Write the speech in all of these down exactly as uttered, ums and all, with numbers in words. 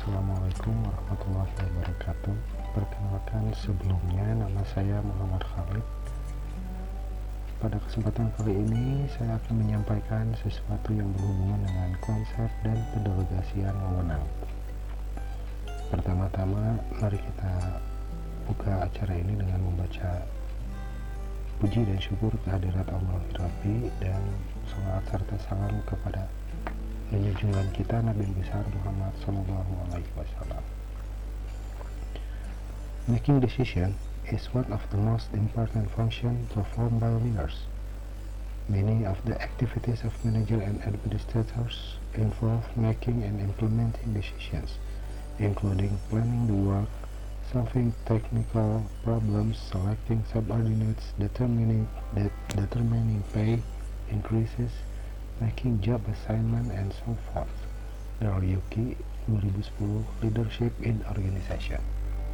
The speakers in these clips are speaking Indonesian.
Assalamualaikum warahmatullahi wabarakatuh. Perkenalkan, sebelumnya nama saya Muhammad Khalid. Pada kesempatan kali ini saya akan menyampaikan sesuatu yang berhubungan dengan konsep dan pendelegasian wewenang. Pertama-tama mari kita buka acara ini dengan membaca puji dan syukur kehadirat Allah Rabbi dan salawat serta salam kepada junjungan kita Nabi besar Muhammad Sallallahu Alaihi Wasallam. Making decision is one of the most important functions performed by leaders. Many of the activities of managers and administrators involve making and implementing decisions, including planning the work, solving technical problems, selecting subordinates, determining that determining pay increases, making job assignment, and so forth. Daryuki dua ribu sepuluh Leadership in Organization.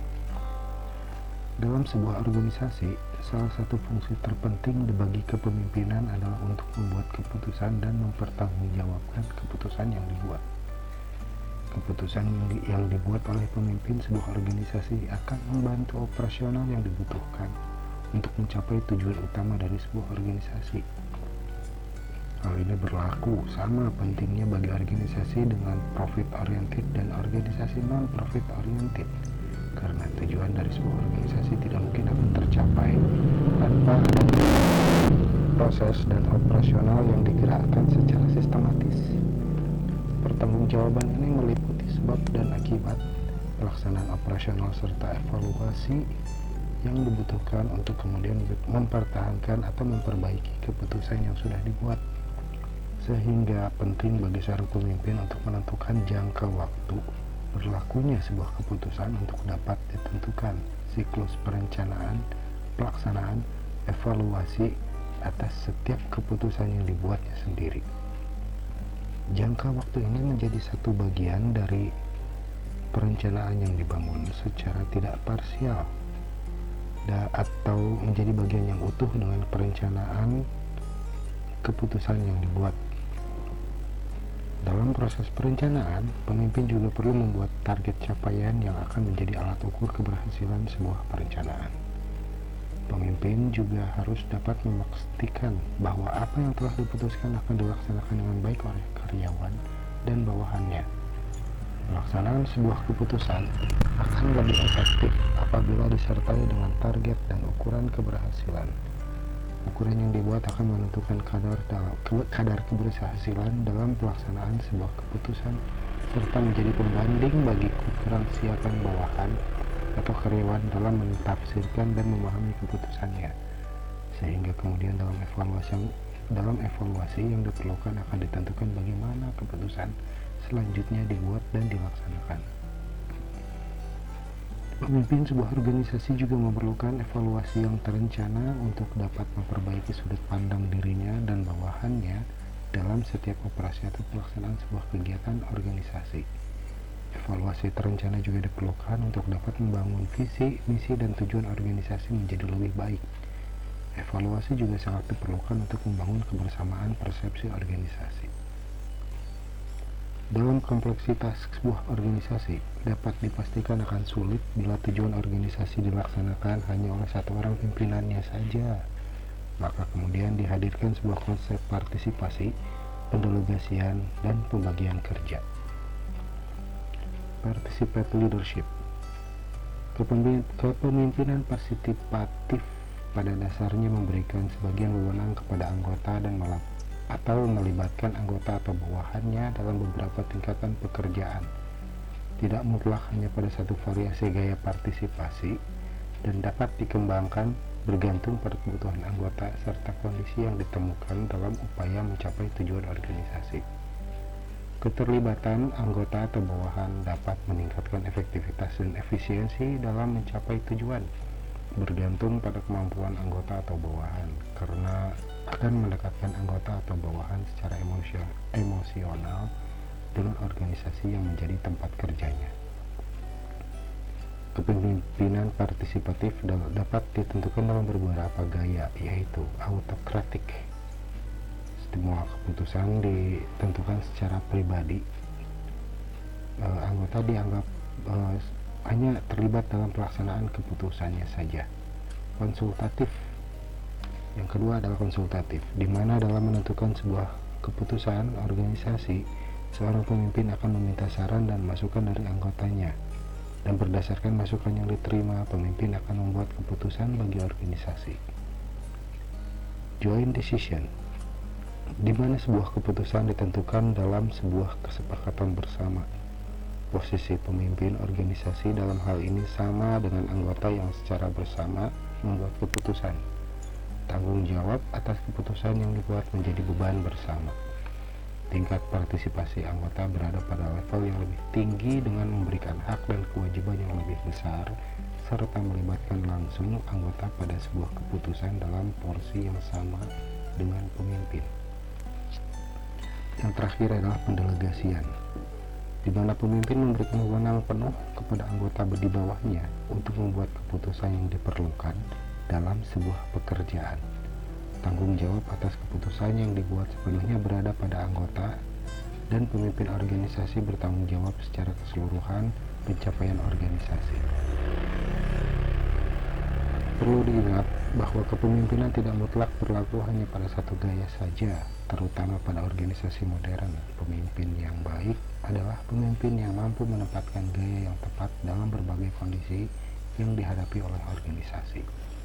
Dalam sebuah organisasi, salah satu fungsi terpenting bagi kepemimpinan adalah untuk membuat keputusan dan mempertanggungjawabkan keputusan yang dibuat. Keputusan yang, di, yang dibuat oleh pemimpin sebuah organisasi akan membantu operasional yang dibutuhkan untuk mencapai tujuan utama dari sebuah organisasi. Hal ini berlaku sama pentingnya bagi organisasi dengan profit oriented dan organisasi non profit oriented, karena tujuan dari sebuah organisasi tidak mungkin akan tercapai tanpa proses dan operasional yang digerakkan secara sistematis. Pertanggungjawaban ini meliputi sebab dan akibat, pelaksanaan operasional serta evaluasi yang dibutuhkan untuk kemudian mempertahankan atau memperbaiki keputusan yang sudah dibuat. Sehingga penting bagi seorang pemimpin untuk menentukan jangka waktu berlakunya sebuah keputusan untuk dapat ditentukan siklus perencanaan, pelaksanaan, evaluasi atas setiap keputusan yang dibuatnya sendiri. Jangka waktu ini menjadi satu bagian dari perencanaan yang dibangun secara tidak parsial da, atau menjadi bagian yang utuh dengan perencanaan keputusan yang dibuat. Dalam proses perencanaan, pemimpin juga perlu membuat target capaian yang akan menjadi alat ukur keberhasilan sebuah perencanaan. Pemimpin juga harus dapat memastikan bahwa apa yang telah diputuskan akan dilaksanakan dengan baik oleh karyawan dan bawahannya. Pelaksanaan sebuah keputusan akan lebih efektif apabila disertai dengan target dan ukuran keberhasilan. Ukuran yang dibuat akan menentukan kadar dalam, kadar keberhasilan dalam pelaksanaan sebuah keputusan serta menjadi pembanding bagi keberhasilan bawahan atau karyawan dalam mentafsirkan dan memahami keputusannya, sehingga kemudian dalam evaluasi dalam evaluasi yang diperlukan akan ditentukan bagaimana keputusan selanjutnya dibuat dan dilaksanakan. Pemimpin sebuah organisasi juga memerlukan evaluasi yang terencana untuk dapat memperbaiki sudut pandang dirinya dan bawahannya dalam setiap operasi atau pelaksanaan sebuah kegiatan organisasi. Evaluasi terencana juga diperlukan untuk dapat membangun visi, misi, dan tujuan organisasi menjadi lebih baik. Evaluasi juga sangat diperlukan untuk membangun kebersamaan persepsi organisasi. Dalam kompleksitas sebuah organisasi, dapat dipastikan akan sulit bila tujuan organisasi dilaksanakan hanya oleh satu orang pimpinannya saja. Maka kemudian dihadirkan sebuah konsep partisipasi, pendelegasian, dan pembagian kerja. Participate leadership. Kepemimpinan partisipatif pada dasarnya memberikan sebagian wewenang kepada anggota dan malah atau melibatkan anggota atau bawahannya dalam beberapa tingkatan pekerjaan. Tidak mutlak hanya pada satu variasi gaya partisipasi dan dapat dikembangkan bergantung pada kebutuhan anggota serta kondisi yang ditemukan dalam upaya mencapai tujuan organisasi. Keterlibatan anggota atau bawahan dapat meningkatkan efektivitas dan efisiensi dalam mencapai tujuan, bergantung pada kemampuan anggota atau bawahan, karena akan mendekatkan anggota atau bawahan secara emosional dengan organisasi yang menjadi tempat kerjanya. Kepemimpinan partisipatif dapat ditentukan dalam beberapa gaya, yaitu autokratik. Semua keputusan ditentukan secara pribadi uh, anggota dianggap uh, hanya terlibat dalam pelaksanaan keputusannya saja. Konsultatif. Yang kedua adalah konsultatif, di mana dalam menentukan sebuah keputusan organisasi, seorang pemimpin akan meminta saran dan masukan dari anggotanya, dan berdasarkan masukan yang diterima, pemimpin akan membuat keputusan bagi organisasi. Joint decision, di mana sebuah keputusan ditentukan dalam sebuah kesepakatan bersama. Posisi pemimpin organisasi dalam hal ini sama dengan anggota yang secara bersama membuat keputusan. Tanggung jawab atas keputusan yang dibuat menjadi beban bersama. Tingkat partisipasi anggota berada pada level yang lebih tinggi dengan memberikan hak dan kewajiban yang lebih besar, serta melibatkan langsung anggota pada sebuah keputusan dalam porsi yang sama dengan pemimpin. Yang terakhir adalah pendelegasian, di mana pemimpin memberikan wewenang penuh kepada anggota di bawahnya untuk membuat keputusan yang diperlukan dalam sebuah pekerjaan. Tanggung jawab atas keputusan yang dibuat sepenuhnya berada pada anggota, dan pemimpin organisasi bertanggung jawab secara keseluruhan pencapaian organisasi. Perlu diingat bahwa kepemimpinan tidak mutlak berlaku hanya pada satu gaya saja, terutama pada organisasi modern. Pemimpin yang baik adalah pemimpin yang mampu menempatkan gaya yang tepat dalam berbagai kondisi yang dihadapi oleh organisasi.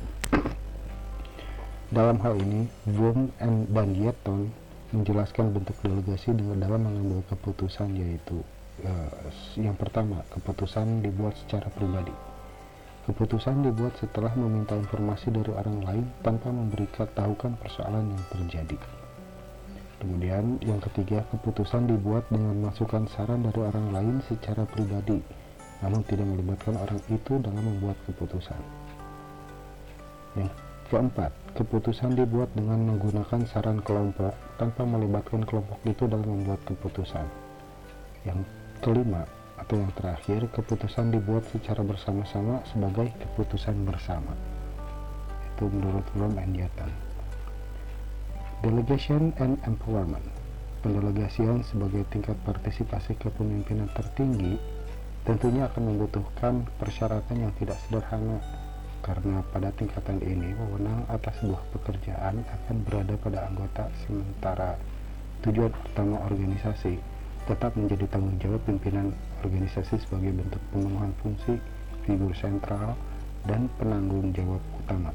Dalam hal ini, Bohm dan Dieton menjelaskan bentuk delegasi dengan dalam mengambil keputusan, yaitu uh, yang pertama, keputusan dibuat secara pribadi. Keputusan dibuat setelah meminta informasi dari orang lain tanpa memberikan tahukan persoalan yang terjadi. Kemudian yang ketiga, keputusan dibuat dengan masukan saran dari orang lain secara pribadi, namun tidak melibatkan orang itu dalam membuat keputusan. Yang keempat, keputusan dibuat dengan menggunakan saran kelompok tanpa melibatkan kelompok itu dalam membuat keputusan. Yang kelima atau yang terakhir, keputusan dibuat secara bersama-sama sebagai keputusan bersama. Itu menurut Bohm and Dieton. Delegation and empowerment. Pendelegasian sebagai tingkat partisipasi kepemimpinan tertinggi tentunya akan membutuhkan persyaratan yang tidak sederhana, karena pada tingkatan ini wewenang atas sebuah pekerjaan akan berada pada anggota, sementara tujuan utama organisasi tetap menjadi tanggung jawab pimpinan organisasi sebagai bentuk pemenuhan fungsi figur sentral dan penanggung jawab utama.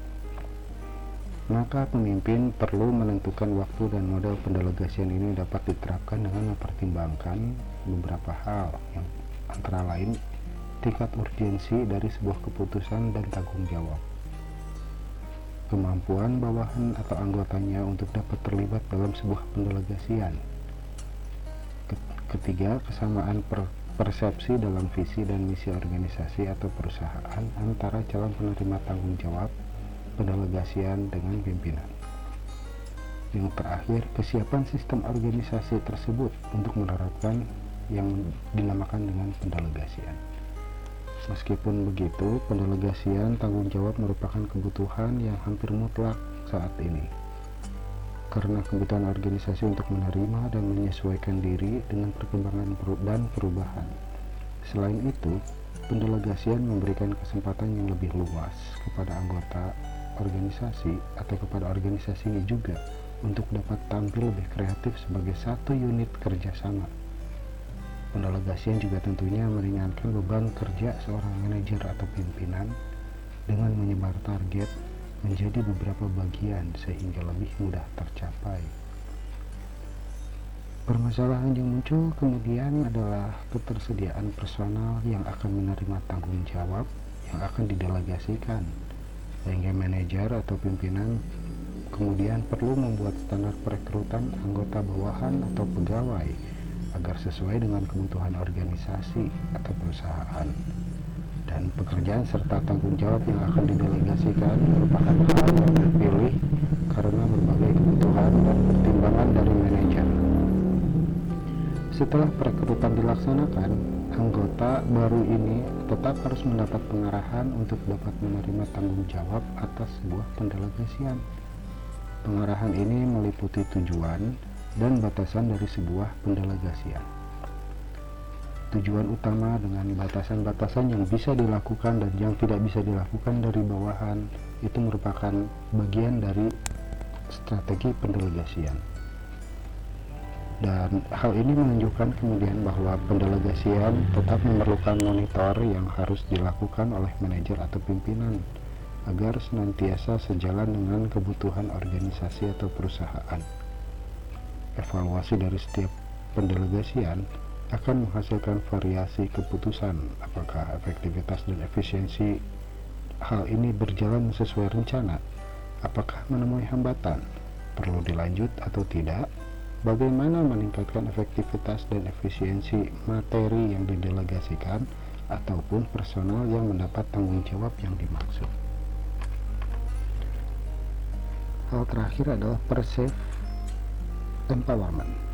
Maka pemimpin perlu menentukan waktu dan model pendelegasian ini dapat diterapkan dengan mempertimbangkan beberapa hal, yang antara lain tingkat urgensi dari sebuah keputusan dan tanggung jawab, kemampuan bawahan atau anggotanya untuk dapat terlibat dalam sebuah pendelegasian. Ketiga, kesamaan per persepsi dalam visi dan misi organisasi atau perusahaan antara calon penerima tanggung jawab pendelegasian dengan pimpinan. Yang terakhir, kesiapan sistem organisasi tersebut untuk menerapkan yang dinamakan dengan pendelegasian. Meskipun begitu, pendelegasian tanggung jawab merupakan kebutuhan yang hampir mutlak saat ini, karena kebutuhan organisasi untuk menerima dan menyesuaikan diri dengan perkembangan dan perubahan. Selain itu, pendelegasian memberikan kesempatan yang lebih luas kepada anggota organisasi atau kepada organisasinya juga untuk dapat tampil lebih kreatif sebagai satu unit kerjasama. Pendelegasian juga tentunya meringankan beban kerja seorang manajer atau pimpinan dengan menyebar target menjadi beberapa bagian sehingga lebih mudah tercapai. Permasalahan yang muncul kemudian adalah ketersediaan personal yang akan menerima tanggung jawab yang akan didelegasikan, sehingga manajer atau pimpinan kemudian perlu membuat standar perekrutan anggota bawahan atau pegawai agar sesuai dengan kebutuhan organisasi atau perusahaan. Dan pekerjaan serta tanggung jawab yang akan didelegasikan merupakan hal yang dipilih karena berbagai kebutuhan dan pertimbangan dari manajer. Setelah perekrutan dilaksanakan, anggota baru ini tetap harus mendapat pengarahan untuk dapat menerima tanggung jawab atas sebuah pendelegasian. Pengarahan ini meliputi tujuan dan batasan dari sebuah pendelegasian. tujuan utama dengan batasan-batasan yang bisa dilakukan dan yang tidak bisa dilakukan dari bawahan, itu merupakan bagian dari strategi pendelegasian. Dan hal ini menunjukkan kemudian bahwa pendelegasian tetap memerlukan monitor yang harus dilakukan oleh manajer atau pimpinan agar senantiasa sejalan dengan kebutuhan organisasi atau perusahaan. Evaluasi dari setiap pendelegasian akan menghasilkan variasi keputusan apakah efektivitas dan efisiensi hal ini berjalan sesuai rencana, apakah menemui hambatan, perlu dilanjut atau tidak, bagaimana meningkatkan efektivitas dan efisiensi materi yang didelegasikan ataupun personal yang mendapat tanggung jawab yang dimaksud. Hal terakhir adalah perceived empowerment.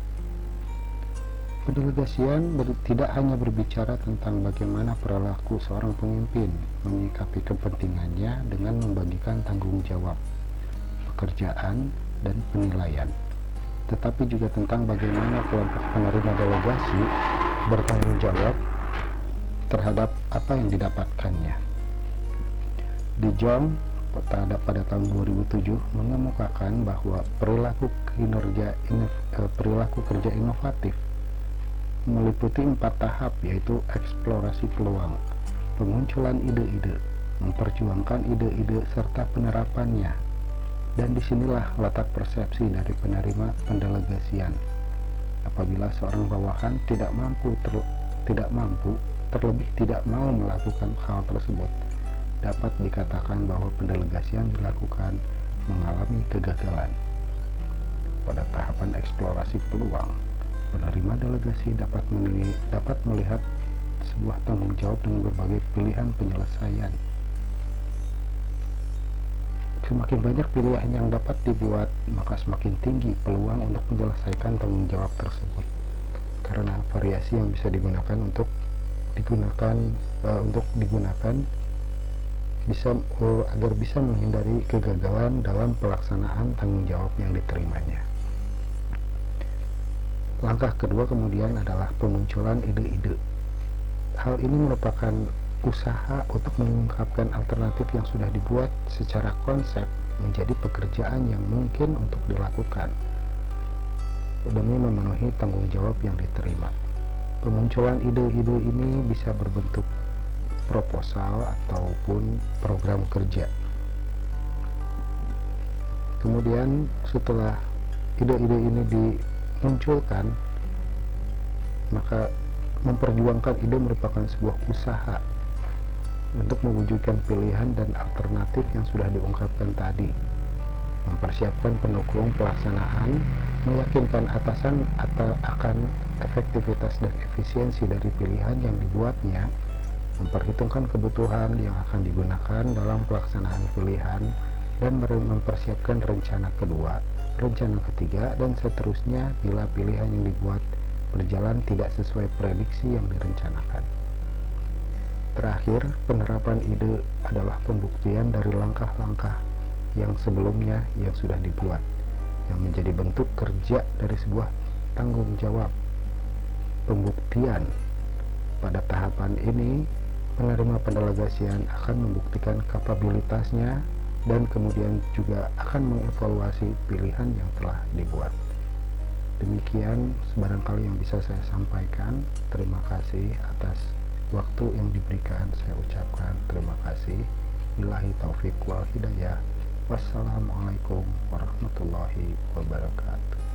Pendelegasian ber, tidak hanya berbicara tentang bagaimana perilaku seorang pemimpin menyikapi kepentingannya dengan membagikan tanggung jawab, pekerjaan, dan penilaian, tetapi juga tentang bagaimana kelompok penerima delegasi bertanggung jawab terhadap apa yang didapatkannya. De Jong pada, pada tahun dua ribu tujuh mengemukakan bahwa perilaku kinerja eh, perilaku kerja inovatif meliputi empat tahap, yaitu eksplorasi peluang, pemunculan ide-ide, memperjuangkan ide-ide serta penerapannya. Dan disinilah letak persepsi dari penerima pendelegasian. Apabila seorang bawahan tidak mampu ter, tidak mampu terlebih tidak mau melakukan hal tersebut, dapat dikatakan bahwa pendelegasian dilakukan mengalami kegagalan. Pada tahapan eksplorasi peluang, penerima delegasi dapat menilai, dapat melihat sebuah tanggung jawab dengan berbagai pilihan penyelesaian. Semakin banyak pilihan yang dapat dibuat, maka semakin tinggi peluang untuk menyelesaikan tanggung jawab tersebut. Karena variasi yang bisa digunakan untuk digunakan uh, untuk digunakan bisa uh, agar bisa menghindari kegagalan dalam pelaksanaan tanggung jawab yang diterimanya. Langkah kedua kemudian adalah pemunculan ide-ide. Hal ini merupakan usaha untuk mengungkapkan alternatif yang sudah dibuat secara konsep menjadi pekerjaan yang mungkin untuk dilakukan demi memenuhi tanggung jawab yang diterima. Pemunculan ide-ide ini bisa berbentuk proposal ataupun program kerja. Kemudian setelah ide-ide ini di munculkan, maka memperjuangkan ide merupakan sebuah usaha untuk mewujudkan pilihan dan alternatif yang sudah diungkapkan tadi, mempersiapkan pendukung pelaksanaan, meyakinkan atasan atau akan efektivitas dan efisiensi dari pilihan yang dibuatnya, memperhitungkan kebutuhan yang akan digunakan dalam pelaksanaan pilihan, dan mempersiapkan rencana kedua, rencana ketiga, dan seterusnya bila pilihan yang dibuat berjalan tidak sesuai prediksi yang direncanakan. Terakhir, penerapan ide adalah pembuktian dari langkah-langkah yang sebelumnya yang sudah dibuat, yang menjadi bentuk kerja dari sebuah tanggung jawab. Pembuktian pada tahapan ini, penerima pendelegasian akan membuktikan kapabilitasnya dan kemudian juga akan mengevaluasi pilihan yang telah dibuat. Demikian sebarangkali yang bisa saya sampaikan. Terima kasih atas waktu yang diberikan. Saya ucapkan terima kasih. Billahi taufik wal hidayah. Wassalamualaikum warahmatullahi wabarakatuh.